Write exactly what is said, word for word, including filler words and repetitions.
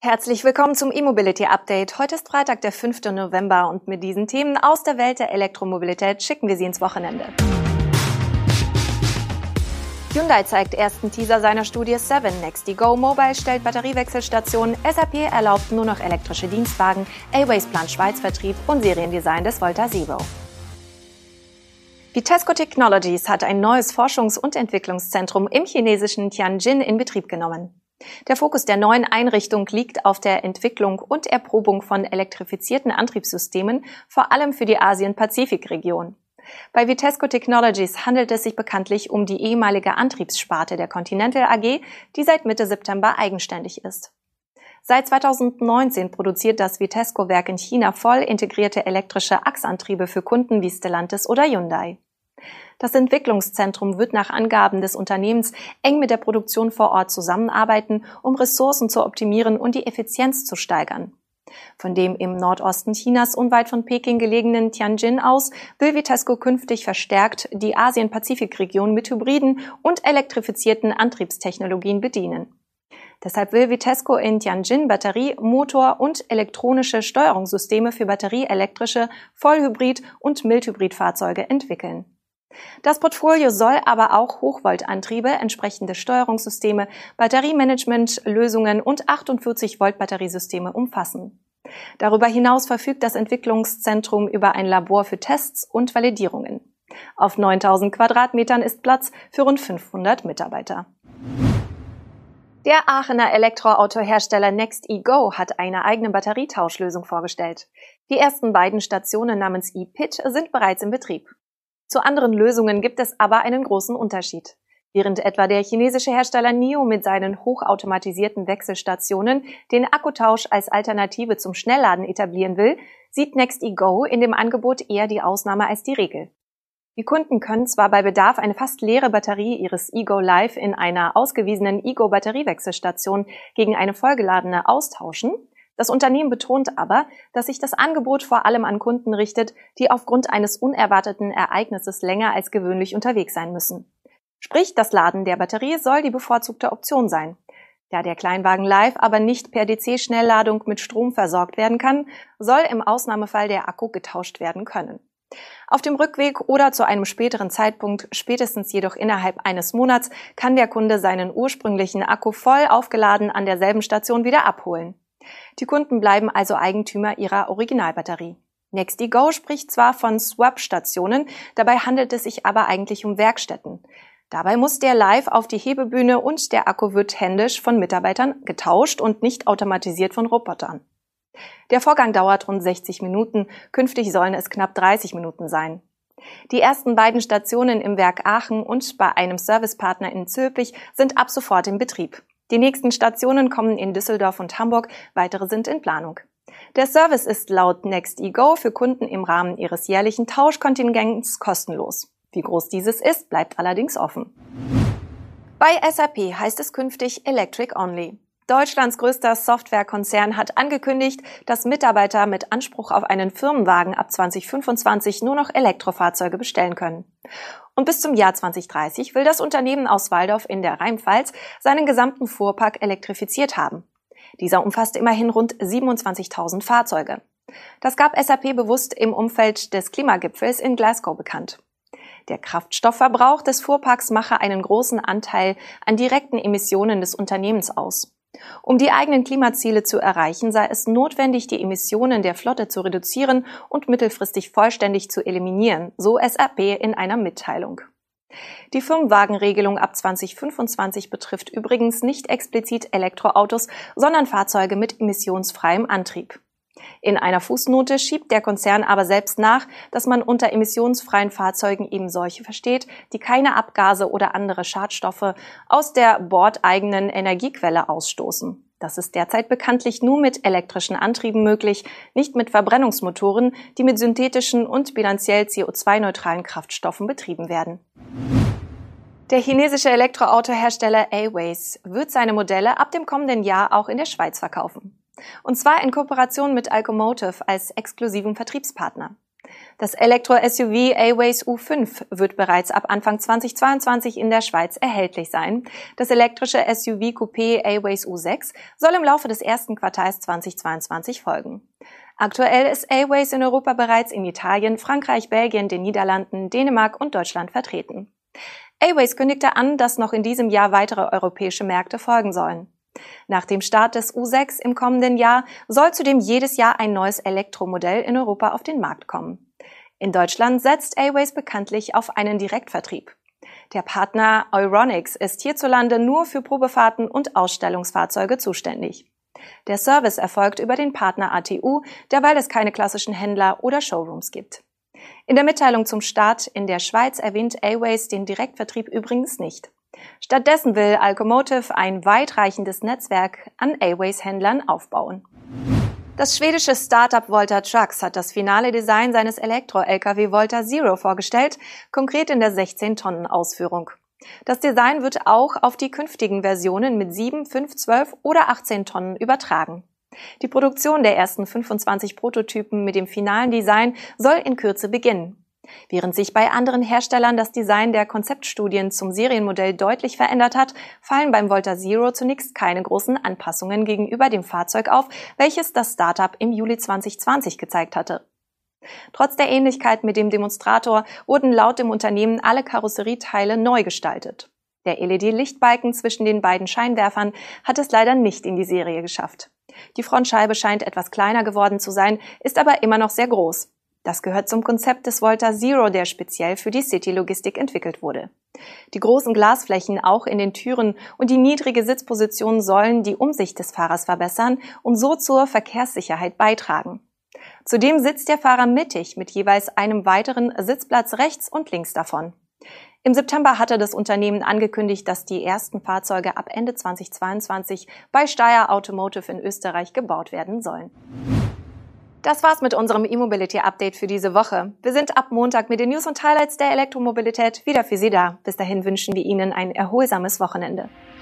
Herzlich willkommen zum E-Mobility Update. Heute ist Freitag, der fünfte November und mit diesen Themen aus der Welt der Elektromobilität schicken wir Sie ins Wochenende. Hyundai zeigt ersten Teaser seiner Studie Seven. Nexty-Go Mobile stellt Batteriewechselstationen, S A P erlaubt nur noch elektrische Dienstwagen, A-Ways plant Schweiz-Vertrieb und Seriendesign des Volta Zero. Vitesco Technologies hat ein neues Forschungs- und Entwicklungszentrum im chinesischen Tianjin in Betrieb genommen. Der Fokus der neuen Einrichtung liegt auf der Entwicklung und Erprobung von elektrifizierten Antriebssystemen, vor allem für die Asien-Pazifik-Region. Bei Vitesco Technologies handelt es sich bekanntlich um die ehemalige Antriebssparte der Continental A G, die seit Mitte September eigenständig ist. Seit zweitausendneunzehn produziert das Vitesco-Werk in China voll integrierte elektrische Achsantriebe für Kunden wie Stellantis oder Hyundai. Das Entwicklungszentrum wird nach Angaben des Unternehmens eng mit der Produktion vor Ort zusammenarbeiten, um Ressourcen zu optimieren und die Effizienz zu steigern. Von dem im Nordosten Chinas unweit von Peking gelegenen Tianjin aus will Vitesco künftig verstärkt die Asien-Pazifik-Region mit hybriden und elektrifizierten Antriebstechnologien bedienen. Deshalb will Vitesco in Tianjin Batterie-, Motor- und elektronische Steuerungssysteme für batterieelektrische, Vollhybrid- und Mildhybridfahrzeuge entwickeln. Das Portfolio soll aber auch Hochvoltantriebe, entsprechende Steuerungssysteme, Batteriemanagementlösungen und achtundvierzig Volt Batteriesysteme umfassen. Darüber hinaus verfügt das Entwicklungszentrum über ein Labor für Tests und Validierungen. Auf neuntausend Quadratmetern ist Platz für rund fünfhundert Mitarbeiter. Der Aachener Elektroautohersteller Nexty-Go hat eine eigene Batterietauschlösung vorgestellt. Die ersten beiden Stationen namens e-Pit sind bereits in Betrieb. Zu anderen Lösungen gibt es aber einen großen Unterschied. Während etwa der chinesische Hersteller Nio mit seinen hochautomatisierten Wechselstationen den Akkutausch als Alternative zum Schnellladen etablieren will, sieht Nexty-Go in dem Angebot eher die Ausnahme als die Regel. Die Kunden können zwar bei Bedarf eine fast leere Batterie ihres e-Go Live in einer ausgewiesenen e-Go Batteriewechselstation gegen eine vollgeladene austauschen. Das Unternehmen betont aber, dass sich das Angebot vor allem an Kunden richtet, die aufgrund eines unerwarteten Ereignisses länger als gewöhnlich unterwegs sein müssen. Sprich, das Laden der Batterie soll die bevorzugte Option sein. Da der Kleinwagen Live aber nicht per D C-Schnellladung mit Strom versorgt werden kann, soll im Ausnahmefall der Akku getauscht werden können. Auf dem Rückweg oder zu einem späteren Zeitpunkt, spätestens jedoch innerhalb eines Monats, kann der Kunde seinen ursprünglichen Akku voll aufgeladen an derselben Station wieder abholen. Die Kunden bleiben also Eigentümer ihrer Originalbatterie. Nexty-Go spricht zwar von Swap-Stationen, dabei handelt es sich aber eigentlich um Werkstätten. Dabei muss der Live auf die Hebebühne und der Akku wird händisch von Mitarbeitern getauscht und nicht automatisiert von Robotern. Der Vorgang dauert rund sechzig Minuten, künftig sollen es knapp dreißig Minuten sein. Die ersten beiden Stationen im Werk Aachen und bei einem Servicepartner in Zülpich sind ab sofort in Betrieb. Die nächsten Stationen kommen in Düsseldorf und Hamburg, weitere sind in Planung. Der Service ist laut Nexty-Go für Kunden im Rahmen ihres jährlichen Tauschkontingents kostenlos. Wie groß dieses ist, bleibt allerdings offen. Bei S A P heißt es künftig Electric Only. Deutschlands größter Softwarekonzern hat angekündigt, dass Mitarbeiter mit Anspruch auf einen Firmenwagen ab zweitausendfünfundzwanzig nur noch Elektrofahrzeuge bestellen können. Und bis zum Jahr zweitausenddreißig will das Unternehmen aus Walldorf in der Rheinpfalz seinen gesamten Fuhrpark elektrifiziert haben. Dieser umfasst immerhin rund siebenundzwanzigtausend Fahrzeuge. Das gab S A P bewusst im Umfeld des Klimagipfels in Glasgow bekannt. Der Kraftstoffverbrauch des Fuhrparks mache einen großen Anteil an direkten Emissionen des Unternehmens aus. Um die eigenen Klimaziele zu erreichen, sei es notwendig, die Emissionen der Flotte zu reduzieren und mittelfristig vollständig zu eliminieren, so S A P in einer Mitteilung. Die Firmenwagenregelung ab zweitausendfünfundzwanzig betrifft übrigens nicht explizit Elektroautos, sondern Fahrzeuge mit emissionsfreiem Antrieb. In einer Fußnote schiebt der Konzern aber selbst nach, dass man unter emissionsfreien Fahrzeugen eben solche versteht, die keine Abgase oder andere Schadstoffe aus der bordeigenen Energiequelle ausstoßen. Das ist derzeit bekanntlich nur mit elektrischen Antrieben möglich, nicht mit Verbrennungsmotoren, die mit synthetischen und bilanziell C O zwei neutralen Kraftstoffen betrieben werden. Der chinesische Elektroautohersteller A-Ways wird seine Modelle ab dem kommenden Jahr auch in der Schweiz verkaufen. Und zwar in Kooperation mit Alcomotive als exklusivem Vertriebspartner. Das Elektro-S U V Aways U fünf wird bereits ab Anfang zweitausendzweiundzwanzig in der Schweiz erhältlich sein. Das elektrische S U V-Coupé Aways U sechs soll im Laufe des ersten Quartals zweitausendzweiundzwanzig folgen. Aktuell ist Aways in Europa bereits in Italien, Frankreich, Belgien, den Niederlanden, Dänemark und Deutschland vertreten. Aways kündigte an, dass noch in diesem Jahr weitere europäische Märkte folgen sollen. Nach dem Start des U sechs im kommenden Jahr soll zudem jedes Jahr ein neues Elektromodell in Europa auf den Markt kommen. In Deutschland setzt Aways bekanntlich auf einen Direktvertrieb. Der Partner Euronics ist hierzulande nur für Probefahrten und Ausstellungsfahrzeuge zuständig. Der Service erfolgt über den Partner A T U, derweil es keine klassischen Händler oder Showrooms gibt. In der Mitteilung zum Start in der Schweiz erwähnt Aways den Direktvertrieb übrigens nicht. Stattdessen will Alcomotive ein weitreichendes Netzwerk an Aways-Händlern aufbauen. Das schwedische Startup Volta Trucks hat das finale Design seines Elektro-L K W Volta Zero vorgestellt, konkret in der sechzehn Tonnen Ausführung. Das Design wird auch auf die künftigen Versionen mit sieben, fünf, zwölf oder achtzehn Tonnen übertragen. Die Produktion der ersten fünfundzwanzig Prototypen mit dem finalen Design soll in Kürze beginnen. Während sich bei anderen Herstellern das Design der Konzeptstudien zum Serienmodell deutlich verändert hat, fallen beim Volta Zero zunächst keine großen Anpassungen gegenüber dem Fahrzeug auf, welches das Startup im Juli zweitausendzwanzig gezeigt hatte. Trotz der Ähnlichkeit mit dem Demonstrator wurden laut dem Unternehmen alle Karosserieteile neu gestaltet. Der L E D-Lichtbalken zwischen den beiden Scheinwerfern hat es leider nicht in die Serie geschafft. Die Frontscheibe scheint etwas kleiner geworden zu sein, ist aber immer noch sehr groß. Das gehört zum Konzept des Volta Zero, der speziell für die City-Logistik entwickelt wurde. Die großen Glasflächen auch in den Türen und die niedrige Sitzposition sollen die Umsicht des Fahrers verbessern und so zur Verkehrssicherheit beitragen. Zudem sitzt der Fahrer mittig mit jeweils einem weiteren Sitzplatz rechts und links davon. Im September hatte das Unternehmen angekündigt, dass die ersten Fahrzeuge ab Ende zweitausendzweiundzwanzig bei Steyr Automotive in Österreich gebaut werden sollen. Das war's mit unserem E-Mobility-Update für diese Woche. Wir sind ab Montag mit den News und Highlights der Elektromobilität wieder für Sie da. Bis dahin wünschen wir Ihnen ein erholsames Wochenende.